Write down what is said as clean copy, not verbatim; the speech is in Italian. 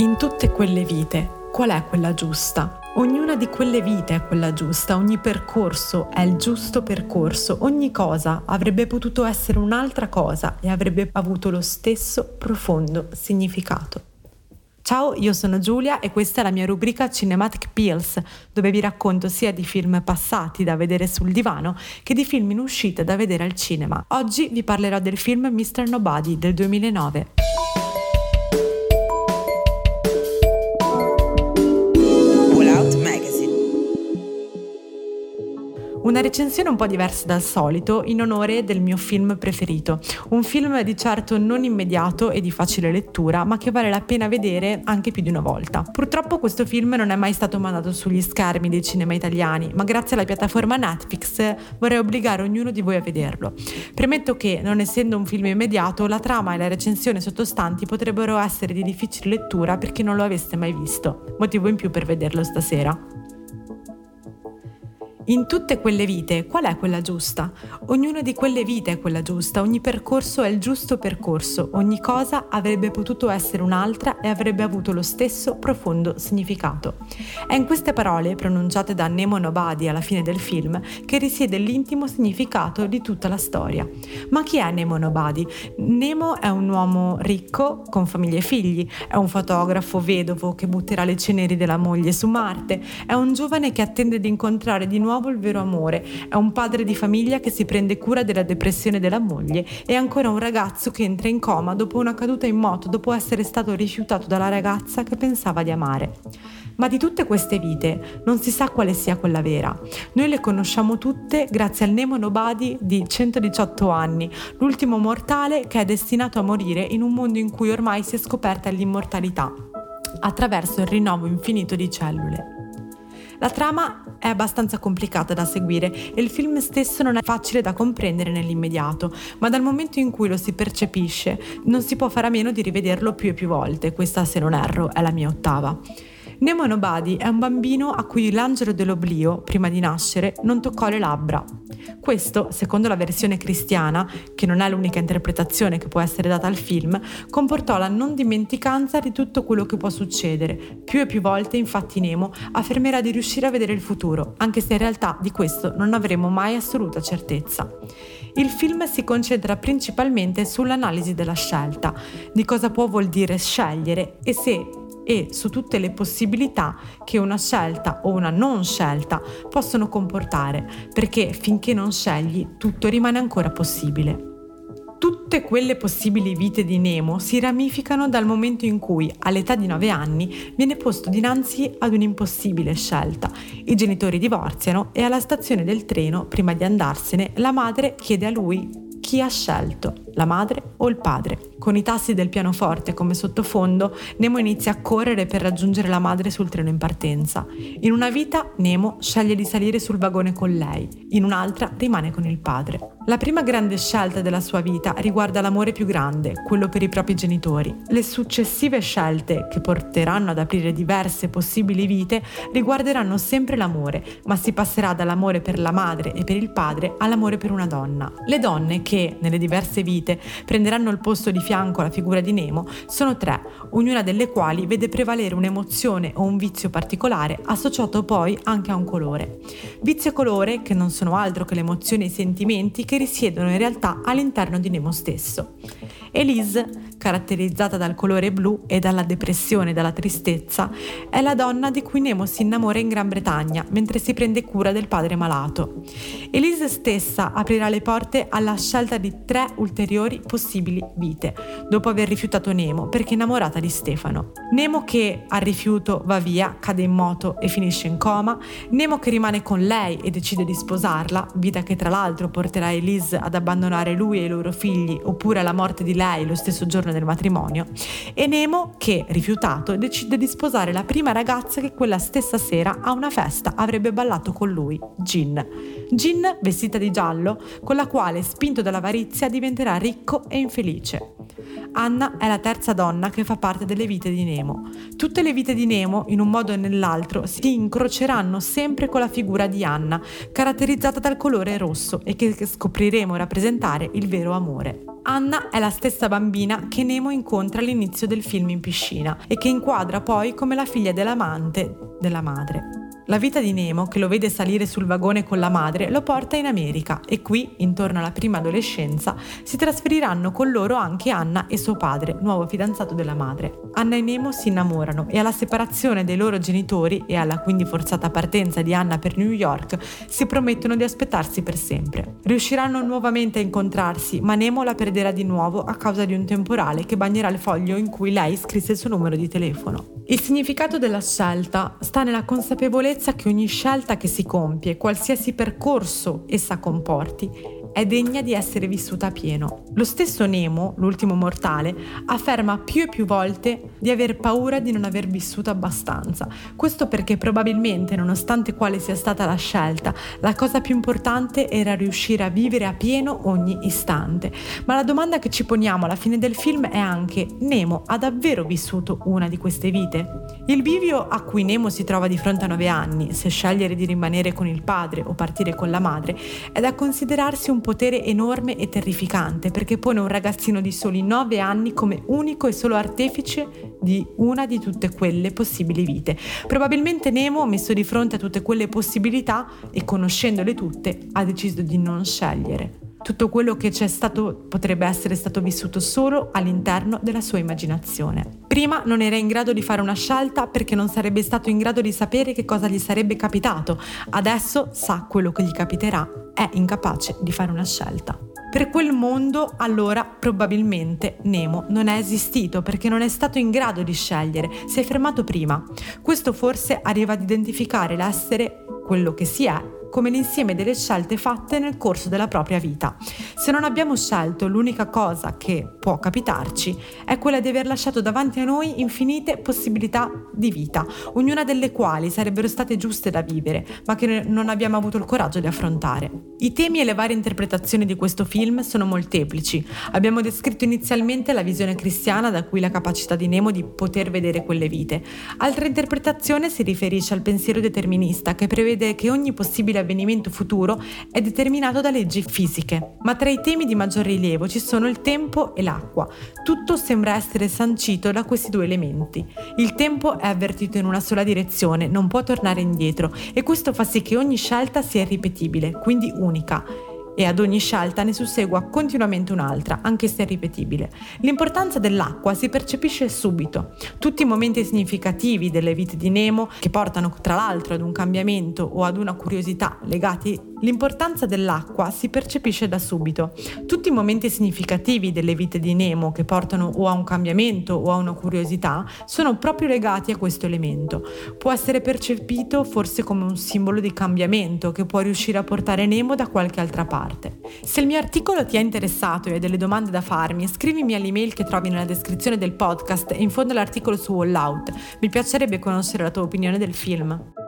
In tutte quelle vite, qual è quella giusta? Ognuna di quelle vite è quella giusta, ogni percorso è il giusto percorso, ogni cosa avrebbe potuto essere un'altra cosa e avrebbe avuto lo stesso profondo significato. Ciao, io sono Giulia e questa è la mia rubrica Cinematic Pills, dove vi racconto sia di film passati da vedere sul divano che di film in uscita da vedere al cinema. Oggi vi parlerò del film Mr. Nobody del 2009. Una recensione un po' diversa dal solito in onore del mio film preferito, un film di certo non immediato e di facile lettura, ma che vale la pena vedere anche più di una volta. Purtroppo questo film non è mai stato mandato sugli schermi dei cinema italiani, ma grazie alla piattaforma Netflix vorrei obbligare ognuno di voi a vederlo. Premetto che, non essendo un film immediato, la trama e la recensione sottostanti potrebbero essere di difficile lettura per chi non lo avesse mai visto, motivo in più per vederlo stasera. In tutte quelle vite, qual è quella giusta? Ognuna di quelle vite è quella giusta, ogni percorso è il giusto percorso, ogni cosa avrebbe potuto essere un'altra e avrebbe avuto lo stesso profondo significato. È in queste parole, pronunciate da Nemo Nobody alla fine del film, che risiede l'intimo significato di tutta la storia. Ma chi è Nemo Nobody? Nemo è un uomo ricco, con famiglia e figli, è un fotografo vedovo che butterà le ceneri della moglie su Marte, è un giovane che attende di incontrare di nuovo il vero amore, è un padre di famiglia che si prende cura della depressione della moglie e ancora un ragazzo che entra in coma dopo una caduta in moto dopo essere stato rifiutato dalla ragazza che pensava di amare. Ma di tutte queste vite non si sa quale sia quella vera. Noi le conosciamo tutte grazie al Nemo Nobody di 118 anni, l'ultimo mortale che è destinato a morire in un mondo in cui ormai si è scoperta l'immortalità attraverso il rinnovo infinito di cellule. La trama è abbastanza complicata da seguire e il film stesso non è facile da comprendere nell'immediato, ma dal momento in cui lo si percepisce non si può fare a meno di rivederlo più e più volte. Questa, se non erro, è la mia ottava. Nemo Nobody è un bambino a cui l'angelo dell'oblio, prima di nascere, non toccò le labbra. Questo, secondo la versione cristiana, che non è l'unica interpretazione che può essere data al film, comportò la non dimenticanza di tutto quello che può succedere. Più e più volte, infatti, Nemo affermerà di riuscire a vedere il futuro, anche se in realtà di questo non avremo mai assoluta certezza. Il film si concentra principalmente sull'analisi della scelta, di cosa vuol dire scegliere e su tutte le possibilità che una scelta o una non scelta possono comportare, perché finché non scegli tutto rimane ancora possibile. Tutte quelle possibili vite di Nemo si ramificano dal momento in cui, all'età di 9 anni, viene posto dinanzi ad un'impossibile scelta. I genitori divorziano e alla stazione del treno, prima di andarsene, la madre chiede a lui chi ha scelto, la madre o il padre. Con i tasti del pianoforte come sottofondo, Nemo inizia a correre per raggiungere la madre sul treno in partenza. In una vita, Nemo sceglie di salire sul vagone con lei, in un'altra rimane con il padre. La prima grande scelta della sua vita riguarda l'amore più grande, quello per i propri genitori. Le successive scelte, che porteranno ad aprire diverse possibili vite, riguarderanno sempre l'amore, ma si passerà dall'amore per la madre e per il padre all'amore per una donna. Le donne che, nelle diverse vite, prenderanno il posto di fianco alla figura di Nemo sono 3, ognuna delle quali vede prevalere un'emozione o un vizio particolare associato poi anche a un colore. Vizio e colore che non sono altro che le emozioni e i sentimenti che risiedono in realtà all'interno di Nemo stesso. Elise, caratterizzata dal colore blu e dalla depressione e dalla tristezza, è la donna di cui Nemo si innamora in Gran Bretagna mentre si prende cura del padre malato. Elise stessa aprirà le porte alla scelta di 3 ulteriori possibili vite, dopo aver rifiutato Nemo perché innamorata di Stefano. Nemo che al rifiuto va via, cade in moto e finisce in coma, Nemo che rimane con lei e decide di sposarla, vita che tra l'altro porterà Elise ad abbandonare lui e i loro figli oppure alla morte di lei lo stesso giorno del matrimonio, e Nemo che, rifiutato, decide di sposare la prima ragazza che quella stessa sera a una festa avrebbe ballato con lui, Gin, vestita di giallo, con la quale, spinto dall'avarizia, diventerà ricco e infelice. Anna è la terza donna che fa parte delle vite di Nemo. Tutte le vite di Nemo, in un modo o nell'altro, si incroceranno sempre con la figura di Anna, caratterizzata dal colore rosso e che scopriremo rappresentare il vero amore. Anna è la stessa bambina che Nemo incontra all'inizio del film in piscina e che inquadra poi come la figlia dell'amante della madre. La vita di Nemo, che lo vede salire sul vagone con la madre, lo porta in America e qui, intorno alla prima adolescenza, si trasferiranno con loro anche Anna e suo padre, nuovo fidanzato della madre. Anna e Nemo si innamorano e alla separazione dei loro genitori e alla quindi forzata partenza di Anna per New York si promettono di aspettarsi per sempre. Riusciranno nuovamente a incontrarsi, ma Nemo la perderà di nuovo a causa di un temporale che bagnerà il foglio in cui lei scrisse il suo numero di telefono. Il significato della scelta sta nella consapevolezza che ogni scelta che si compie, qualsiasi percorso essa comporti, è degna di essere vissuta a pieno. Lo stesso Nemo, l'ultimo mortale, afferma più e più volte di aver paura di non aver vissuto abbastanza. Questo perché probabilmente, nonostante quale sia stata la scelta, la cosa più importante era riuscire a vivere a pieno ogni istante. Ma la domanda che ci poniamo alla fine del film è anche: Nemo ha davvero vissuto una di queste vite? Il bivio a cui Nemo si trova di fronte a 9 anni, se scegliere di rimanere con il padre o partire con la madre, è da considerarsi un potere enorme e terrificante, perché pone un ragazzino di soli 9 anni come unico e solo artefice di una di tutte quelle possibili vite. Probabilmente Nemo, messo di fronte a tutte quelle possibilità e conoscendole tutte, ha deciso di non scegliere. Tutto quello che c'è stato potrebbe essere stato vissuto solo all'interno della sua immaginazione. Prima non era in grado di fare una scelta perché non sarebbe stato in grado di sapere che cosa gli sarebbe capitato. Adesso sa quello che gli capiterà, è incapace di fare una scelta. Per quel mondo, allora, probabilmente Nemo non è esistito perché non è stato in grado di scegliere, si è fermato prima. Questo forse arriva ad identificare l'essere, quello che si è, come l'insieme delle scelte fatte nel corso della propria vita. Se non abbiamo scelto, l'unica cosa che può capitarci è quella di aver lasciato davanti a noi infinite possibilità di vita, ognuna delle quali sarebbero state giuste da vivere, ma che non abbiamo avuto il coraggio di affrontare. I temi e le varie interpretazioni di questo film sono molteplici. Abbiamo descritto inizialmente la visione cristiana, da cui la capacità di Nemo di poter vedere quelle vite. Altra interpretazione si riferisce al pensiero determinista, che prevede che ogni possibile avvenimento futuro è determinato da leggi fisiche. Ma tra i temi di maggior rilievo ci sono il tempo e l'acqua. Tutto sembra essere sancito da questi due elementi. Il tempo è avvertito in una sola direzione, non può tornare indietro, e questo fa sì che ogni scelta sia irripetibile, quindi unica. E ad ogni scelta ne sussegua continuamente un'altra, anche se ripetibile. L'importanza dell'acqua si percepisce subito. Tutti i momenti significativi delle vite di Nemo, che portano tra l'altro ad un cambiamento o ad una curiosità legati, l'importanza dell'acqua si percepisce da subito. Tutti i momenti significativi delle vite di Nemo, che portano o a un cambiamento o a una curiosità, sono proprio legati a questo elemento. Può essere percepito forse come un simbolo di cambiamento che può riuscire a portare Nemo da qualche altra parte. Se il mio articolo ti è interessato e hai delle domande da farmi, scrivimi all'email che trovi nella descrizione del podcast e in fondo all'articolo su All Out. Mi piacerebbe conoscere la tua opinione del film.